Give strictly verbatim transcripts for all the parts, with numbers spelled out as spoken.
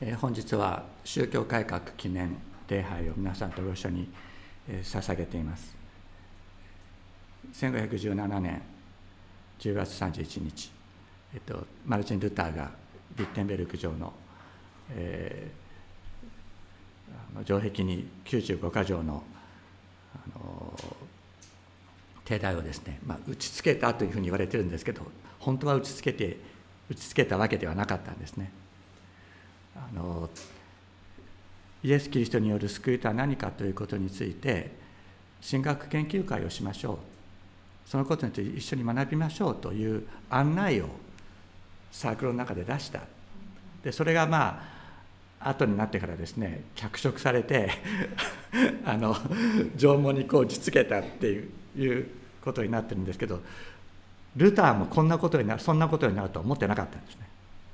えー、本日は宗教改革記念礼拝を皆さんとご一緒に、えー、捧げています。せんごひゃくじゅうななねんじゅうがつさんじゅういちにち、えっと、マルチン・ルターがビッテンベルク城の、えー、あの城壁にきゅうじゅうごかじょうの、あの帝大をですね、まあ、打ちつけたというふうに言われてるんですけど、本当は打ちつけて打ちつけたわけではなかったんですね。あのイエス・キリストによる救いとは何かということについて神学研究会をしましょう、そのことについて一緒に学びましょうという案内をサークルの中で出した。でそれがまあ後になってからですね、脚色されてあの縄文にこう打ちつけたっていういうことになってるんですけど、ルターもこんなことになるそんなことになるとは思ってなかったんですね。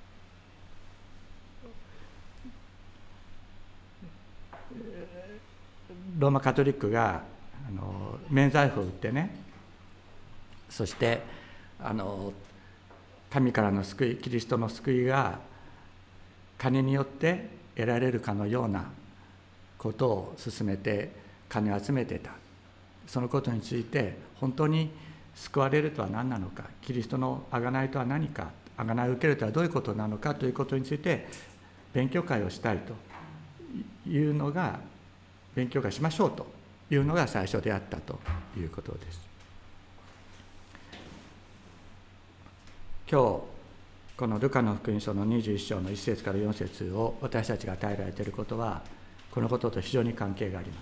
ローマカトリックがあの免罪符を打ってね、そしてあの神からの救い、キリストの救いが金によって得られるかのようなことを進めて金を集めていた。そのことについて本当に救われるとは何なのか、キリストの贖いとは何か、贖いを受けるとはどういうことなのかということについて勉強会をしたいというのが、勉強会しましょうというのが最初であったということです。今日このルカの福音書のにじゅういっしょうのいっせつからよんせつを私たちが与えられていることは、このことと非常に関係があります。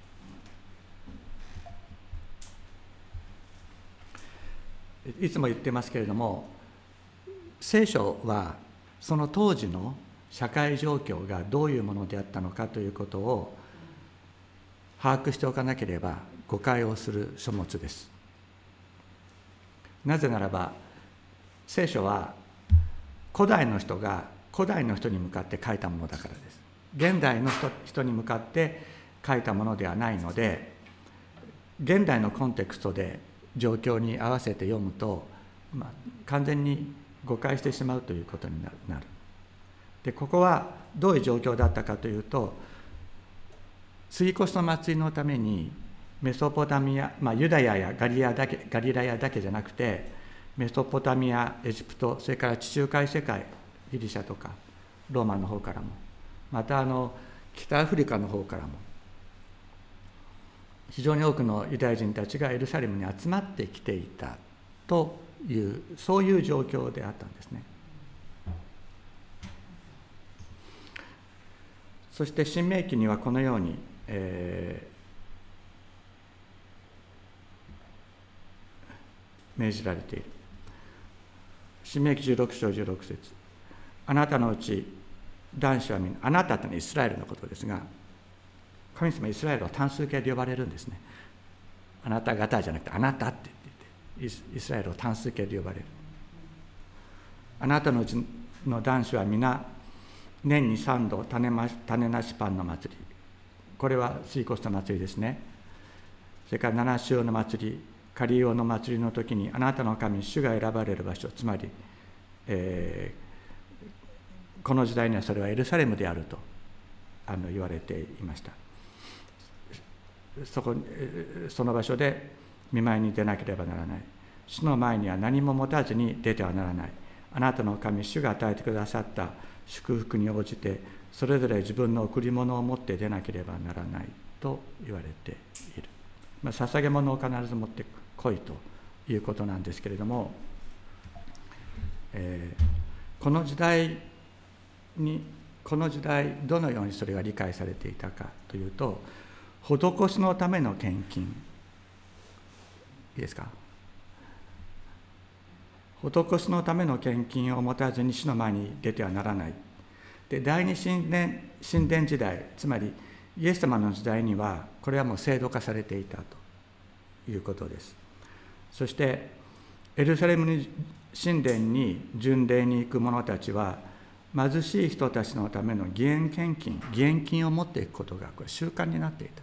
いつも言ってますけれども、聖書はその当時の社会状況がどういうものであったのかということを把握しておかなければ誤解をする書物です。なぜならば、聖書は古代の人が古代の人に向かって書いたものだからです。現代の 人, 人に向かって書いたものではないので、現代のコンテクストで状況に合わせて読むと、まあ、完全に誤解してしまうということになる。でここはどういう状況だったかというと、杉越の祭りのためにメソポタミア、まあ、ユダヤやガリアだけガリラヤだけじゃなくて、メソポタミア、エジプト、それから地中海世界、ギリシャとかローマの方からも、またあの北アフリカの方からも、非常に多くのユダヤ人たちがエルサレムに集まってきていたという、そういう状況であったんですね。そして申命記にはこのように、えー、命じられている。申命記じゅうろくしょうじゅうろくせつ、あなたのうち男子はみんな、あなたというのはイスラエルのことですが、神様イスラエルは単数形で呼ばれるんですね。あなた方じゃなくてあなたって言ってイスラエルを単数形で呼ばれる。あなたのうちの男子は皆年にさんど種なしパンの祭り、これは杉越の祭りですね。それから七潮の祭り、カリオの祭りの時にあなたの神主が選ばれる場所、つまり、えー、この時代にはそれはエルサレムであるとあの言われていました。そこその場所で見舞いに出なければならない。主の前には何も持たずに出てはならない。あなたの神主が与えてくださった祝福に応じてそれぞれ自分の贈り物を持って出なければならないと言われている。まあ、捧げ物を必ず持って来いということなんですけれども、えー、この時代にこの時代どのようにそれが理解されていたかというと、施しのための献金、いいですか。施しのための献金を持たずに主の前に出てはならない。で、第二神殿、神殿時代、つまりイエス様の時代にはこれはもう制度化されていたということです。そしてエルサレム神殿に巡礼に行く者たちは貧しい人たちのための義援献金、義援金を持っていくことがこれ習慣になっていた。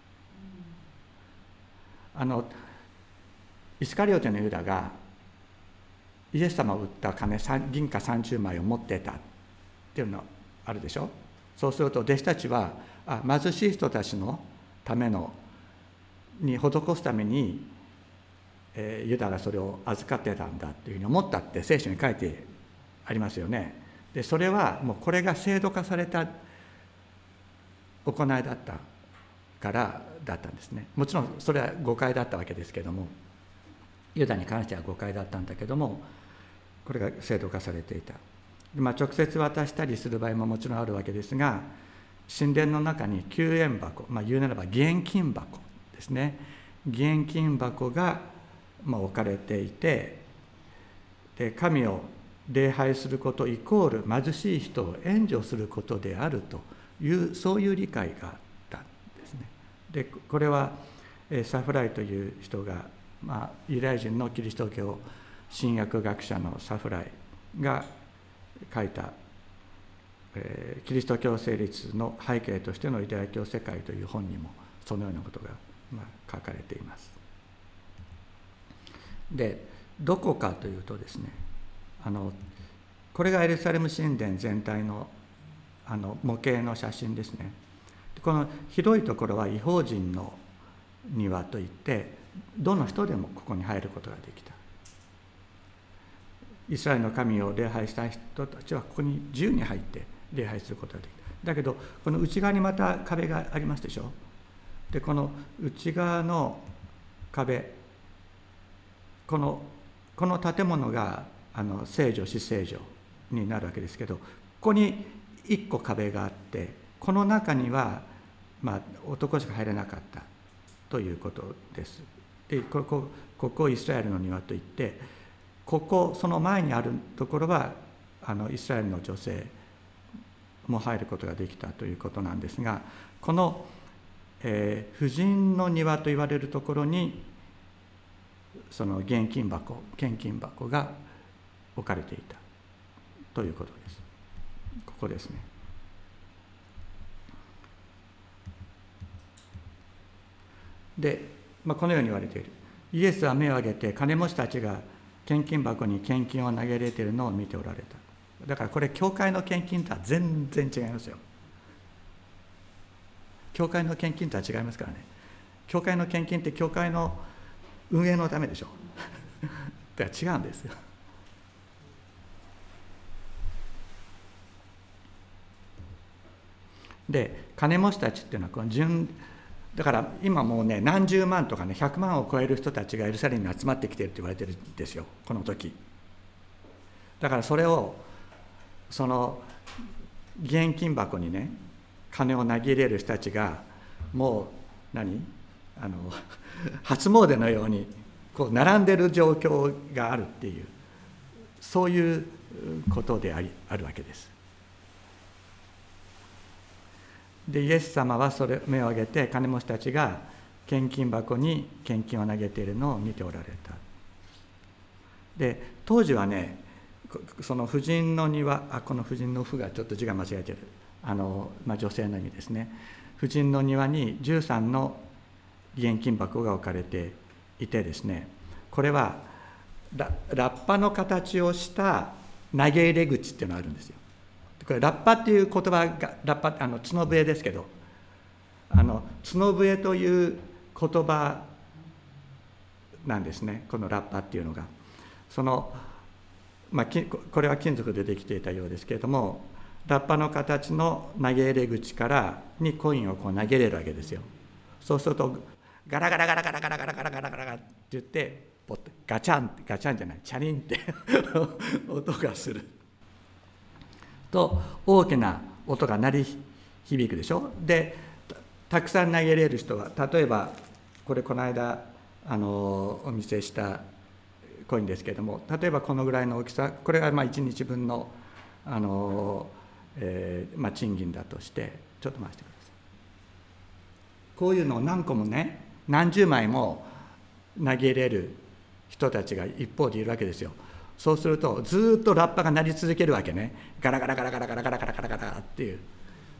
あのイスカリオテのユダがイエス様を売った金銀貨さんじゅうまいを持っていたっていうのはあるでしょ。そうすると弟子たちはあ貧しい人たちのためのに施すために、えー、ユダがそれを預かってたんだというふうに思ったって聖書に書いてありますよね。でそれはもうこれが制度化された行いだったからだったんですね。もちろんそれは誤解だったわけですけども、ユダに関しては誤解だったんだけども、これが制度化されていた。まあ、直接渡したりする場合ももちろんあるわけですが、神殿の中に救援箱、まあ、言うならば現金箱ですね、現金箱がまあ置かれていて、で神を礼拝することイコール貧しい人を援助することであるという、そういう理解があったんですね。でこれはサフライという人が、まあ、ユダヤ人のキリスト教神学学者のサフライが書いた、えー、キリスト教成立の背景としてのユダヤ教世界という本にもそのようなことが、まあ、書かれています。でどこかというとですね、あのこれがエルサレム神殿全体の、あの模型の写真ですね。この広いところは異邦人の庭といって、どの人でもここに入ることができた。イスラエルの神を礼拝したい人たちはここに自由に入って礼拝することができた。だけどこの内側にまた壁がありますでしょ。でこの内側の壁、このこの建物があの聖女至聖女になるわけですけど、ここに一個壁があって、この中には、まあ、男しか入れなかったということです。でここここをイスラエルの庭といって、ここその前にあるところはあのイスラエルの女性も入ることができたということなんですが、この、えー、婦人の庭と言われるところにその現金箱献金箱が置かれていたということです。ここですね。で、まあ、このように言われている。イエスは目を上げて金持ちたちが献金箱に献金を投げ入れているのを見ておられた。だからこれ教会の献金とは全然違いますよ。教会の献金とは違いますからね。教会の献金って教会の運営のためでしょ。だから違うんですよ。で金持ちたちっていうのはこの順だから今もうね何十万とかねひゃくまんを超える人たちがエルサレムに集まってきていると言われてるんですよ、この時。だからそれをその現金箱にね金を投げ入れる人たちがもう何あの初詣のようにこう並んでる状況があるっていう、そういうことでありあるわけです。でイエス様はそれ目を上げて金持ちたちが献金箱に献金を投げているのを見ておられた。で当時はねその婦人の庭、あこの婦人の婦がちょっと字が間違えてる、あの、まあ、女性の意味ですね。婦人の庭にじゅうさんの現金箱が置かれていてですね、これは ラ, ラッパの形をした投げ入れ口っていうのがあるんですよ。これラッパっていう言葉がラッパあの角笛ですけど、あの角笛という言葉なんですね、このラッパっていうのが。その、まあ、これは金属でできていたようですけれども、ラッパの形の投げ入れ口からにコインをこう投げれるわけですよ。そうするとガラガラガラガラガラガラガラガラガラガラって言ってポッとガチャンガチャンじゃないチャリンって音がすると大きな音が鳴り響くでしょ。でたくさん投げれる人は、例えばこれこの間あのお見せしたコインですけれども、例えばこのぐらいの大きさ、これがまあいちにちぶんのあの、えーまあ、賃金だとして、ちょっと回してください。こういうのを何個もね何十枚も投げれる人たちが一方でいるわけですよ。そうするとずっとラッパが鳴り続けるわけね。ガラガラガラガラガラガラガラガラガラっていう。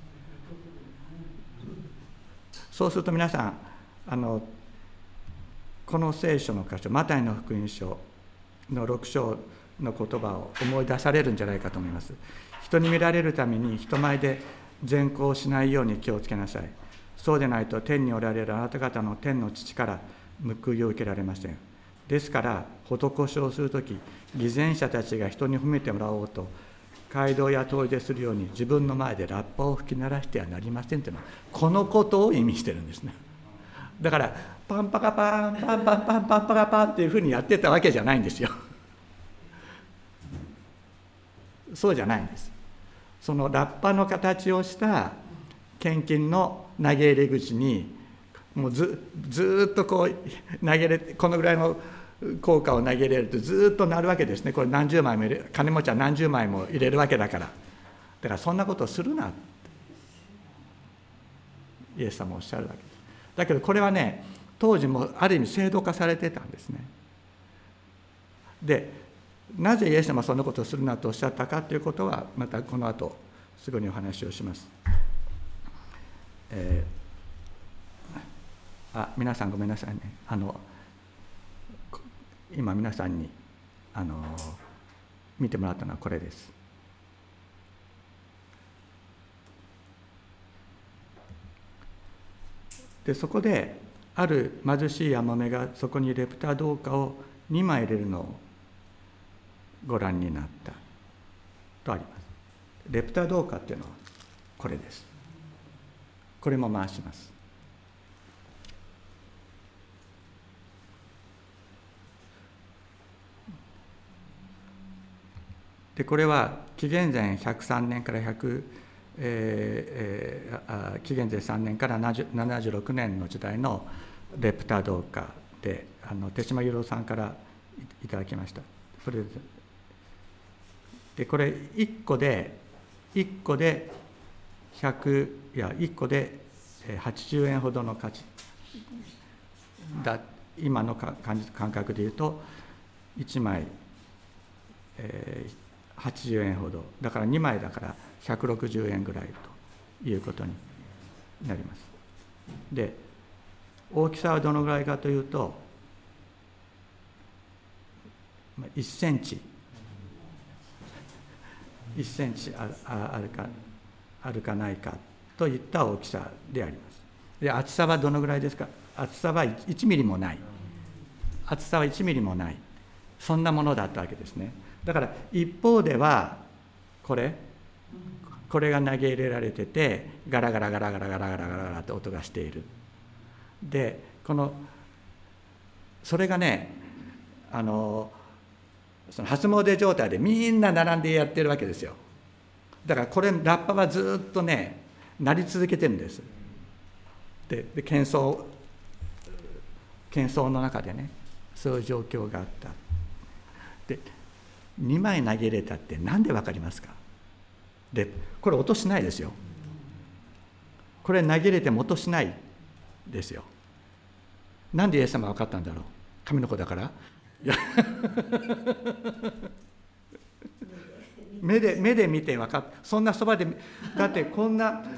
そうすると皆さんあのこの聖書の箇所、マタイの福音書のろく章の言葉を思い出されるんじゃないかと思います。 人に見られるために人前で善行をしないように気をつけなさい。そうでないと天におられるあなた方の天の父から報いを受けられません。ですから施しをするとき、偽善者たちが人に褒めてもらおうと街道や通りでするように自分の前でラッパを吹き鳴らしてはなりませんというのはこのことを意味してるんですね。だからパンパカパンパンパンパンパンパカパンっていうふうにやってたわけじゃないんですよ。そうじゃないんです。そのラッパの形をした献金の投げ入れ口にもう ず, ずっとこう投げれこのぐらいの硬貨を投げ入れるとずっとなるわけですね。これ何十枚も入れ金持ちは何十枚も入れるわけだから、だからそんなことをするなってイエス様おっしゃるわけです。だけどこれはね、当時もある意味制度化されてたんですね。でなぜイエス様はそんなことをするなとおっしゃったかということはまたこの後すぐにお話をします。えー、あ皆さんごめんなさいね。あの今皆さんにあの見てもらったのはこれです。でそこである貧しいヤモメがそこにレプタ銅貨をにまい入れるのをご覧になったとあります。レプタ銅貨っていうのはこれです。これも回します。でこれは紀元前ひゃくさんねんからひゃく、えーえー、紀元前さんねんからななじゅうろくねんの時代のレプタ銅貨で、あの手島雄郎さんからいただきました。これでこれいっこでいっこでひゃくいやいっこではちじゅうえんほどの価値だ。今の感覚でいうといちまい、えーはちじゅうえんほどだからにまいだからひゃくろくじゅうえんぐらいということになります。で大きさはどのぐらいかというといっセンチいっセンチあるかあるかないかといった大きさであります。で厚さはどのぐらいですか。厚さはいちミリもない。厚さはいちミリもない。そんなものだったわけですね。だから一方ではこれこれが投げ入れられててガラガラガラガラガラガラガラガラと音がしている。でこのそれがねあのその初詣状態でみんな並んでやってるわけですよ。だからこれラッパはずっとね鳴り続けてるんです。でで喧騒喧騒の中でねそういう状況があった。でにまい投げ入れたって何で分かりますか。でこれ音しないですよ。これ投げ入れても音しないですよ。なんでイエス様は分かったんだろう。神の子だから。いや目で目で見て分かった。そんなそばでだってこんな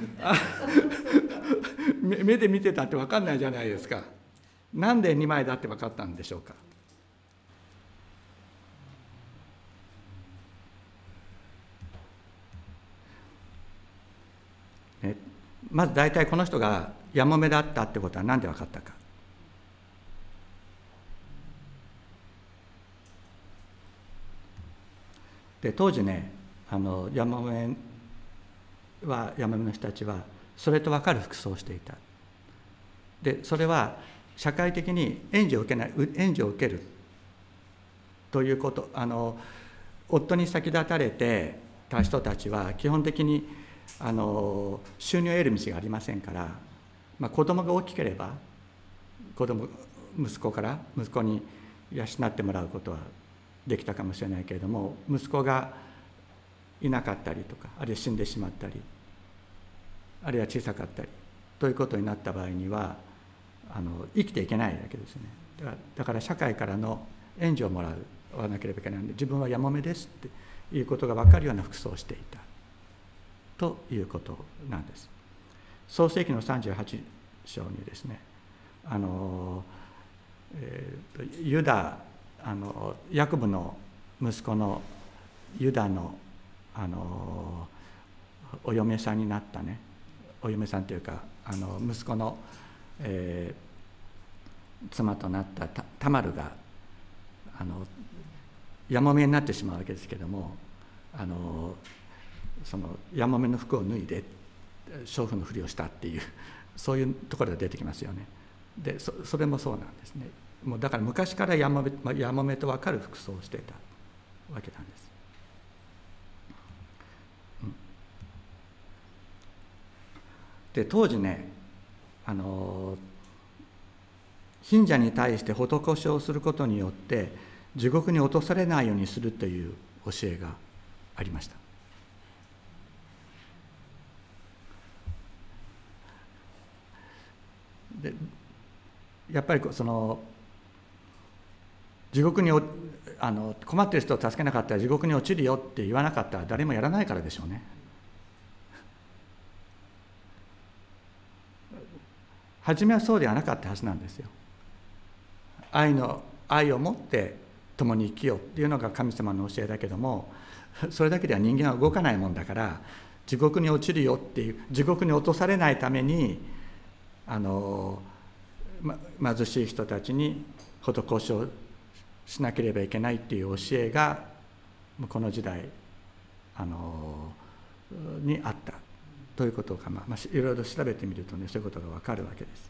目で見てたって分かんないじゃないですか。なんでにまいだって分かったんでしょうか。ね、まず大体この人がやもめだったってことは何で分かったか。で当時ねあのやもめはやもめの人たちはそれと分かる服装をしていた。でそれは社会的に援助を受けない援助を受けるということ。あの夫に先立たれてた人たちは基本的にあの収入を得る道がありませんから、まあ、子供が大きければ子供息子から息子に養ってもらうことはできたかもしれないけれども、息子がいなかったりとかあるいは死んでしまったりあるいは小さかったりということになった場合にはあの生きていけないわけですね。だから、だから社会からの援助をもらわなければいけないので、自分はやもめですっていうことが分かるような服装をしていたということなんです。創世記のさんじゅうはち章にですね、あの、えー、ユダあのヤコブの息子のユダのあのお嫁さんになったね、お嫁さんというかあの息子の、えー、妻となったタタマルがあのやもめになってしまうわけですけれども、あのそのやもめの服を脱いで娼婦のふりをしたっていう、そういうところが出てきますよね。で そ, それもそうなんですね。もうだから昔からやもめ、やもめと分かる服装をしていたわけなんです。うん、で当時ね、あの信者に対して施しをすることによって地獄に落とされないようにするという教えがありました。でやっぱりその地獄にあの困っている人を助けなかったら地獄に落ちるよって言わなかったら誰もやらないからでしょうね。初めはそうではなかったはずなんですよ。愛の愛を持って共に生きようっていうのが神様の教えだけども、それだけでは人間は動かないもんだから地獄に落ちるよっていう、地獄に落とされないためにあの、ま、貧しい人たちに施しをしなければいけないっていう教えがこの時代あのにあったということが、まあ、いろいろ調べてみるとね、そういうことが分かるわけです。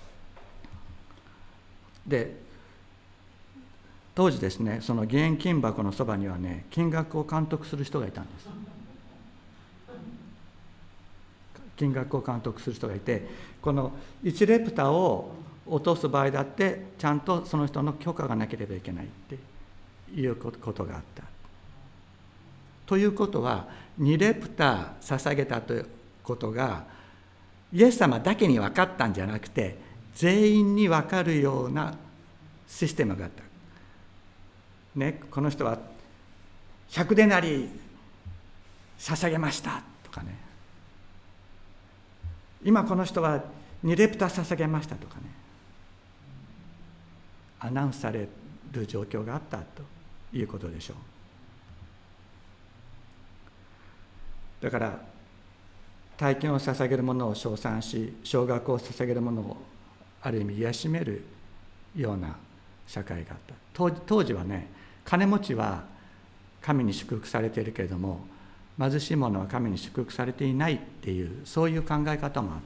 で当時ですね、その義援金箱のそばにはね、金額を監督する人がいたんです。金額を監督する人がいて、このいちレプタを落とす場合だってちゃんとその人の許可がなければいけないっていうことがあった。ということはにレプタ捧げたということがイエス様だけに分かったんじゃなくて全員に分かるようなシステムがあった。ね、この人はひゃくデナリ捧げましたとかね、今この人はにレプタ捧げましたとかね、アナウンスされる状況があったということでしょう。だから大金を捧げるものを称賛し、少額を捧げるものをある意味癒しめるような社会があった。当, 当時はね、金持ちは神に祝福されているけれども貧しい者は神に祝福されていないっていう、そういう考え方もあった。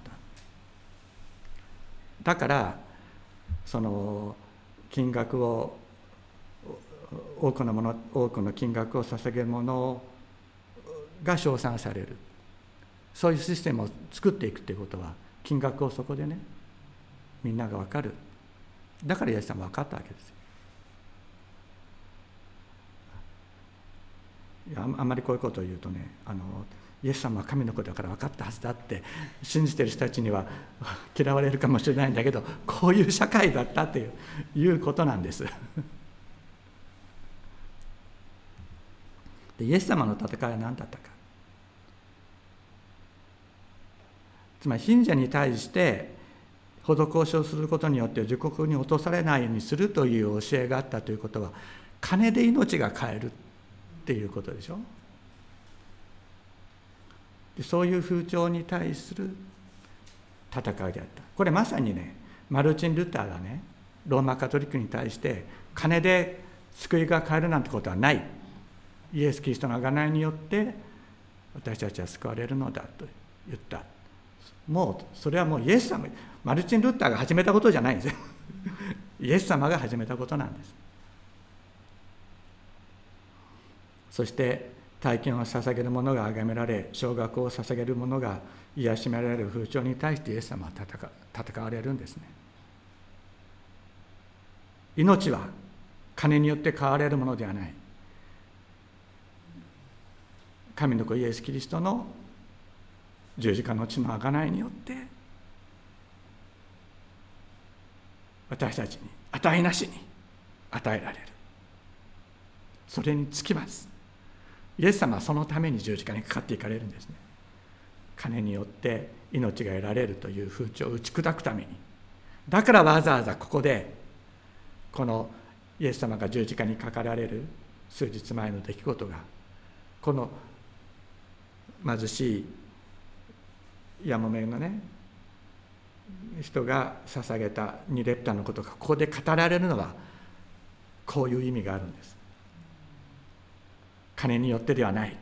だからその金額を多くのもの多くの金額を捧げるものが称賛される、そういうシステムを作っていくということは、金額をそこでねみんなが分かる。だからイエス様は分かったわけですよ。いやあんまりこういうことを言うとね、あのイエス様は神の子だから分かったはずだって信じている人たちには嫌われるかもしれないんだけど、こういう社会だったといういうことなんです。でイエス様の戦いは何だったか。つまり信者に対して施しをすることによって地獄に落とされないようにするという教えがあったということは、金で命が買えるっていうことでしょ。でそういう風潮に対する戦いであった。これまさにね、マルチン・ルターがねローマカトリックに対して金で救いが買えるなんてことはない、イエス・キリストの贖いによって私たちは救われるのだと言った。もうそれはもうイエス様、マルチン・ルターが始めたことじゃないんですよ。イエス様が始めたことなんです。そして大金を捧げる者が崇められ、少額を捧げる者が癒しめられる風潮に対してイエス様は 戦, 戦われるんですね。命は金によって買われるものではない。神の子イエス・キリストの十字架の血の贖いによって私たちに値なしに与えられる。それにつきます。イエス様はそのために十字架にかかっていかれるんですね。金によって命が得られるという風潮を打ち砕くために。だからわざわざここでこのイエス様が十字架にかかられる数日前の出来事が、この貧しいやもめのね人が捧げたにレプタのことがここで語られるのはこういう意味があるんです。金によってではない。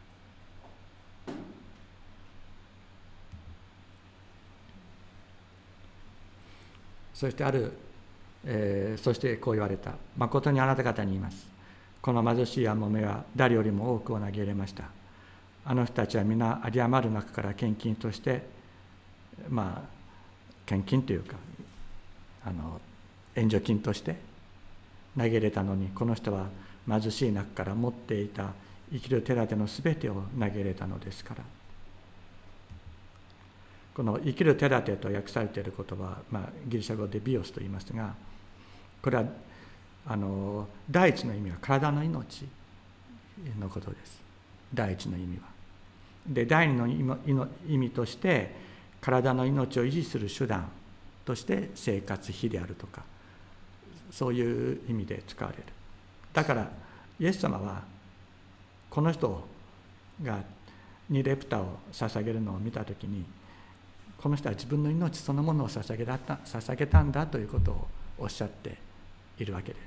そしてある、えー、そしてこう言われた。誠にあなた方に言います。この貧しいやもめは誰よりも多くを投げ入れました。あの人たちは皆有り余る中から献金として、まあ献金というかあの援助金として投げ入れたのに、この人は貧しい中から持っていた生きる手立てのすべてを投げ入れたのですから。この生きる手立てと訳されている言葉は、まあ、ギリシャ語でビオスと言いますが、これはあの第一の意味は体の命のことです。第一の意味は。で、第二の意味として体の命を維持する手段として生活費であるとか、そういう意味で使われる。だからイエス様はこの人がにレプタを捧げるのを見たときに、この人は自分の命そのものを捧げた、捧げたんだということをおっしゃっているわけです。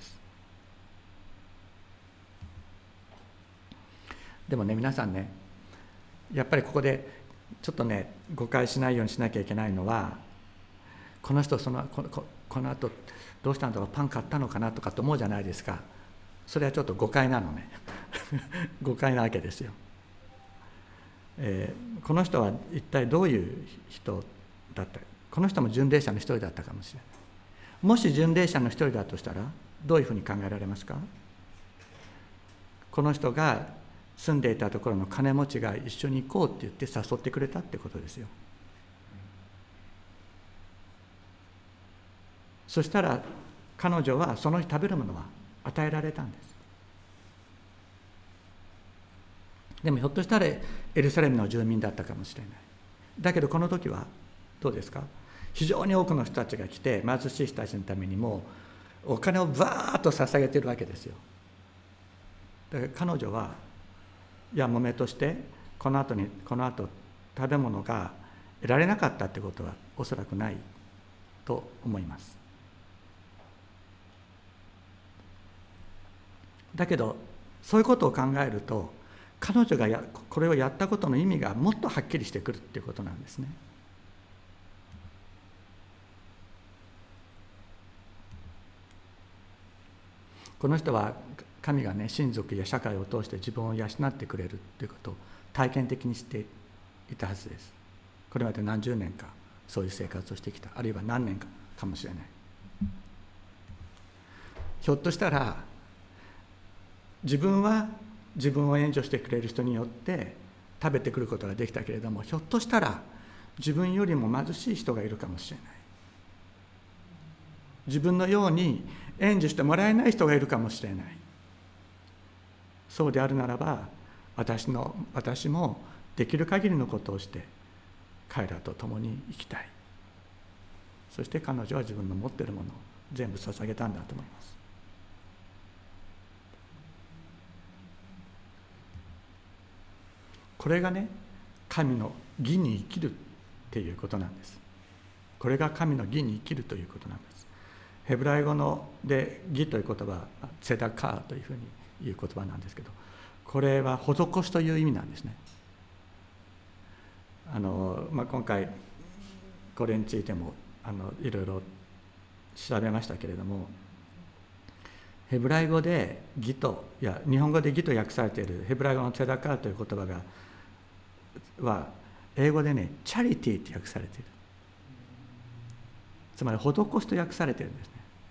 でもね、皆さんね、やっぱりここでちょっとね誤解しないようにしなきゃいけないのは、この人そのこここの後どうしたんだろう、パン買ったのかなとかと思うじゃないですか。それはちょっと誤解なのね誤解なわけですよ。えー、この人は一体どういう人だったか。この人も巡礼者の一人だったかもしれない。もし巡礼者の一人だとしたらどういうふうに考えられますか。この人が住んでいたところの金持ちが一緒に行こうって言って誘ってくれたってことですよ。そしたら彼女はその日食べるものは与えられたんです。でもひょっとしたらエルサレムの住民だったかもしれない。だけどこの時はどうですか。非常に多くの人たちが来て、貧しい人たちのためにもお金をバーッと捧げているわけですよ。だから彼女はやもめとしてこの後にこの後食べ物が得られなかったってことはおそらくないと思います。だけどそういうことを考えると、彼女がやこれをやったことの意味がもっとはっきりしてくるっていうことなんですね。この人は神がね、親族や社会を通して自分を養ってくれるということを体験的にしていたはずです。これまで何十年かそういう生活をしてきた、あるいは何年かかもしれない。ひょっとしたら自分は自分を援助してくれる人によって食べてくることができたけれども、ひょっとしたら自分よりも貧しい人がいるかもしれない。自分のように援助してもらえない人がいるかもしれない。そうであるならば、私の私もできる限りのことをして彼らと共に生きたい。そして彼女は自分の持っているものを全部捧げたんだと思います。これがね、神の義に生きるっていうことなんです。これが神の義に生きるということなんです。ヘブライ語ので義という言葉はツェダカーというふうに言う言葉なんですけど、これは施しという意味なんですね。あの、まあ、今回これについてもあのいろいろ調べましたけれども、ヘブライ語で義と、いや日本語で義と訳されているヘブライ語のツェダカーという言葉がは英語でね、チャリティーって訳されている。つまり施しと訳されているんですね。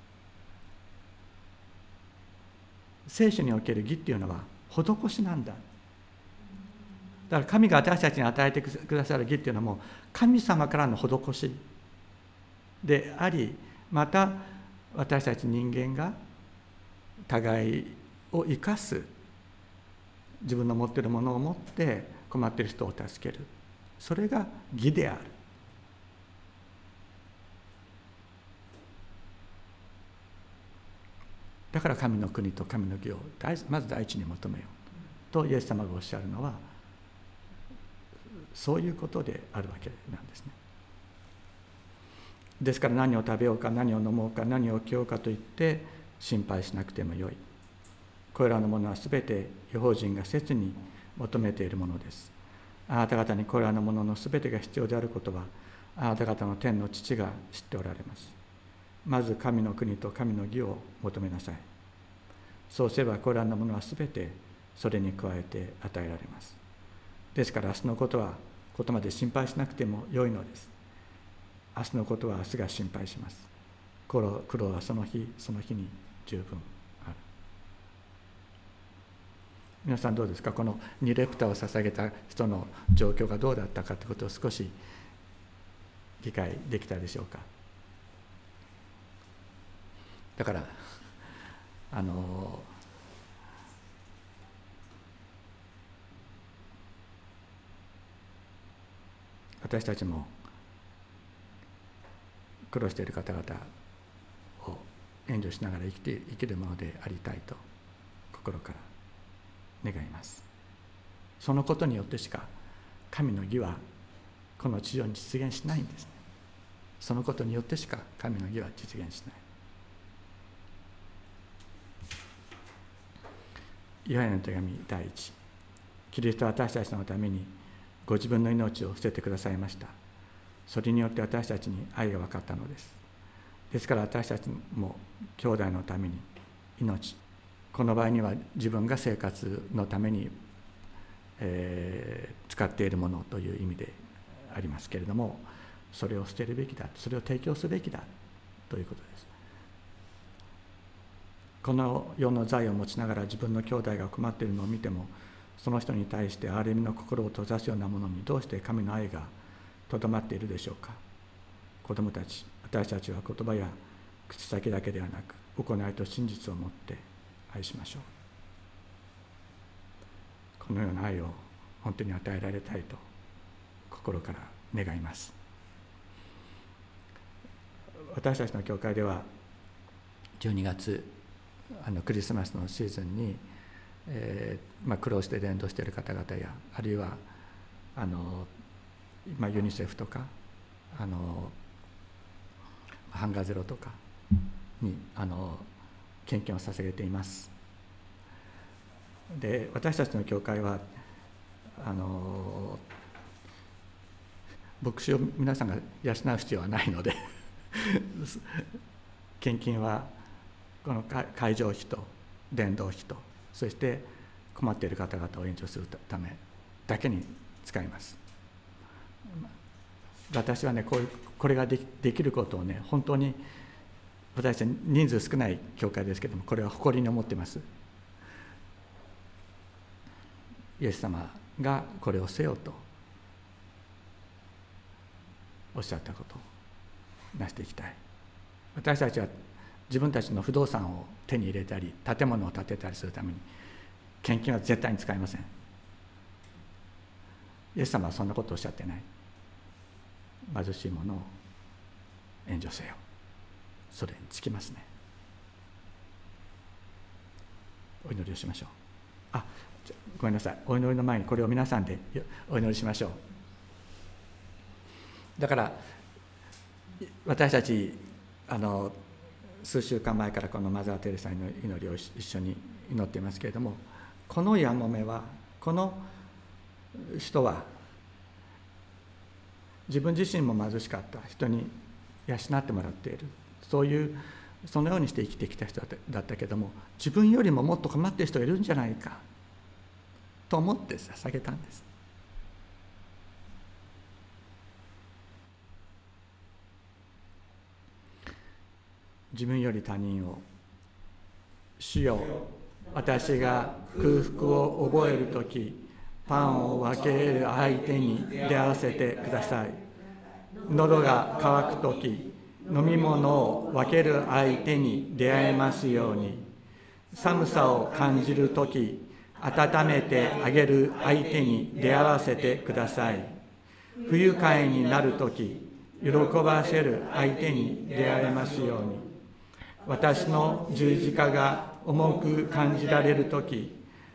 聖書における義っていうのは施しなんだ。だから神が私たちに与えてくださる義っていうのも神様からの施しであり、また私たち人間が互いを生かす、自分の持っているものを持って困っている人を助ける、それが義である。だから神の国と神の義をまず第一に求めようとイエス様がおっしゃるのは、 そういうことであるわけなんですね。ですから何を食べようか、何を飲もうか、何を着ようかといって心配しなくてもよい。これらのものはすべて異邦人が切に求めているものです。あなた方にこれらのもののすべてが必要であることは、あなた方の天の父が知っておられます。まず神の国と神の義を求めなさい。そうすればこれらのものはすべてそれに加えて与えられます。ですから明日のことはことまで心配しなくてもよいのです。明日のことは明日が心配します。苦労、苦労はその日その日に十分ある。皆さんどうですか？このにレプタを捧げた人の状況がどうだったかということを少し理解できたでしょうか？だからあの私たちも苦労している方々を援助しながら生きて生きるものでありたいと心から願います。そのことによってしか神の義はこの地上に実現しないんですね。そのことによってしか神の義は実現しない。ヨハネの手紙第一、キリストは私たちのためにご自分の命を捨ててくださいました。それによって私たちに愛が分かったのです。ですから私たちも兄弟のために命、この場合には自分が生活のために、えー、使っているものという意味でありますけれども、それを捨てるべきだ、それを提供すべきだということです。この世の財を持ちながら自分の兄弟が困っているのを見ても、その人に対して憐れみの心を閉ざすようなものにどうして神の愛がとどまっているでしょうか。子供たち、私たちは言葉や口先だけではなく、行いと真実を持って愛しましょう。このような愛を本当に与えられたいと心から願います。私たちの教会ではじゅうにがつ、あのクリスマスのシーズンに、えーまあ、苦労して伝道している方々や、あるいはあの、まあ、ユニセフとかあのハンガーゼロとかにあの献金を捧げています。で、私たちの教会はあの牧師を皆さんが養う必要はないので献金はこの会場費と伝道費と、そして困っている方々を援助するためだけに使います。私はね、こういうこれができ、できることをね、本当に私たち人数少ない教会ですけども、これは誇りに思っています。イエス様がこれをせよとおっしゃったことをなしていきたい。私たちは自分たちの不動産を手に入れたり建物を建てたりするために献金は絶対に使いません。イエス様はそんなことをおっしゃってない。貧しい者を援助せよ、それにつきますね。お祈りをしましょう。あ、ごめんなさい、お祈りの前にこれを皆さんでお祈りしましょう。だから私たちあの数週間前からこのマザー・テレサの祈りを一緒に祈っていますけれども、このやもめは、この人は自分自身も貧しかった、人に養ってもらっている、そういうそのようにして生きてきた人だったけども、自分よりももっと困っている人がいるんじゃないかと思って捧げたんです。自分より他人を、主よ、私が空腹を覚えるとき、パンを分ける相手に出会わせてください。喉が渇くとき、飲み物を分ける相手に出会えますように。寒さを感じるとき、温めてあげる相手に出会わせてください。不愉快になるとき、喜ばせる相手に出会えますように。私の十字架が重く感じられるとき、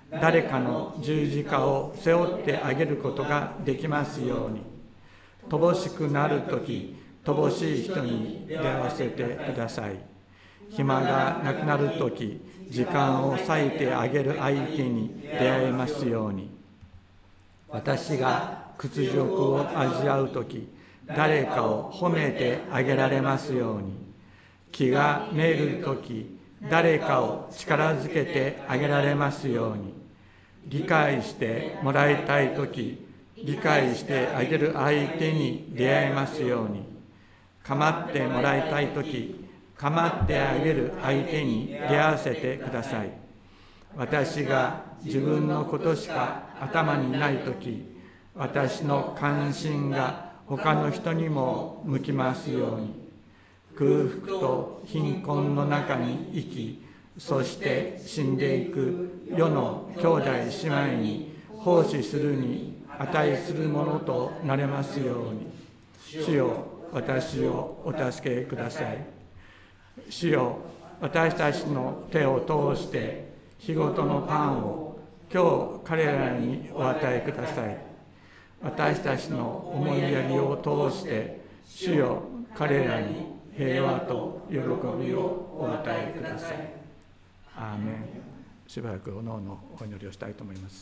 誰かの十字架を背負ってあげることができますように。乏しくなるとき、乏しい人に出会わせてください。暇がなくなるとき、時間を割いてあげる相手に出会えますように。私が屈辱を味わうとき、誰かを褒めてあげられますように。気がめいるとき、誰かを力づけてあげられますように。理解してもらいたいとき、理解してあげる相手に出会えますように。構ってもらいたいとき、構ってあげる相手に出会わせてください。私が自分のことしか頭にないとき、私の関心が他の人にも向きますように。空腹と貧困の中に生き、そして死んでいく世の兄弟姉妹に奉仕するに値するものとなれますように。主よ、私をお助けください。主よ、私たちの手を通して日ごとのパンを今日彼らにお与えください。私たちの思いやりを通して主よ、彼らに平和と喜びをお与えください。アーメン。しばらくおのおのお祈りをしたいと思います。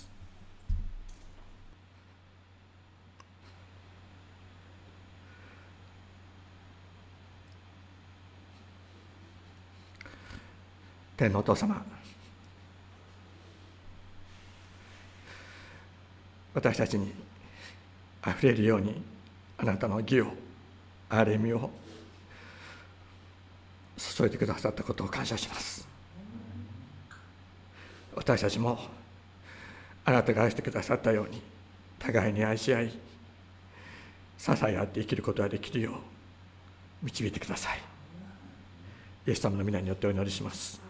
天のお父様、私たちにあふれるようにあなたの義を、憐れみを注いでくださったことを感謝します。私たちもあなたが愛してくださったように互いに愛し合い、支え合って生きることができるよう導いてください。イエス様の皆によってお祈りします。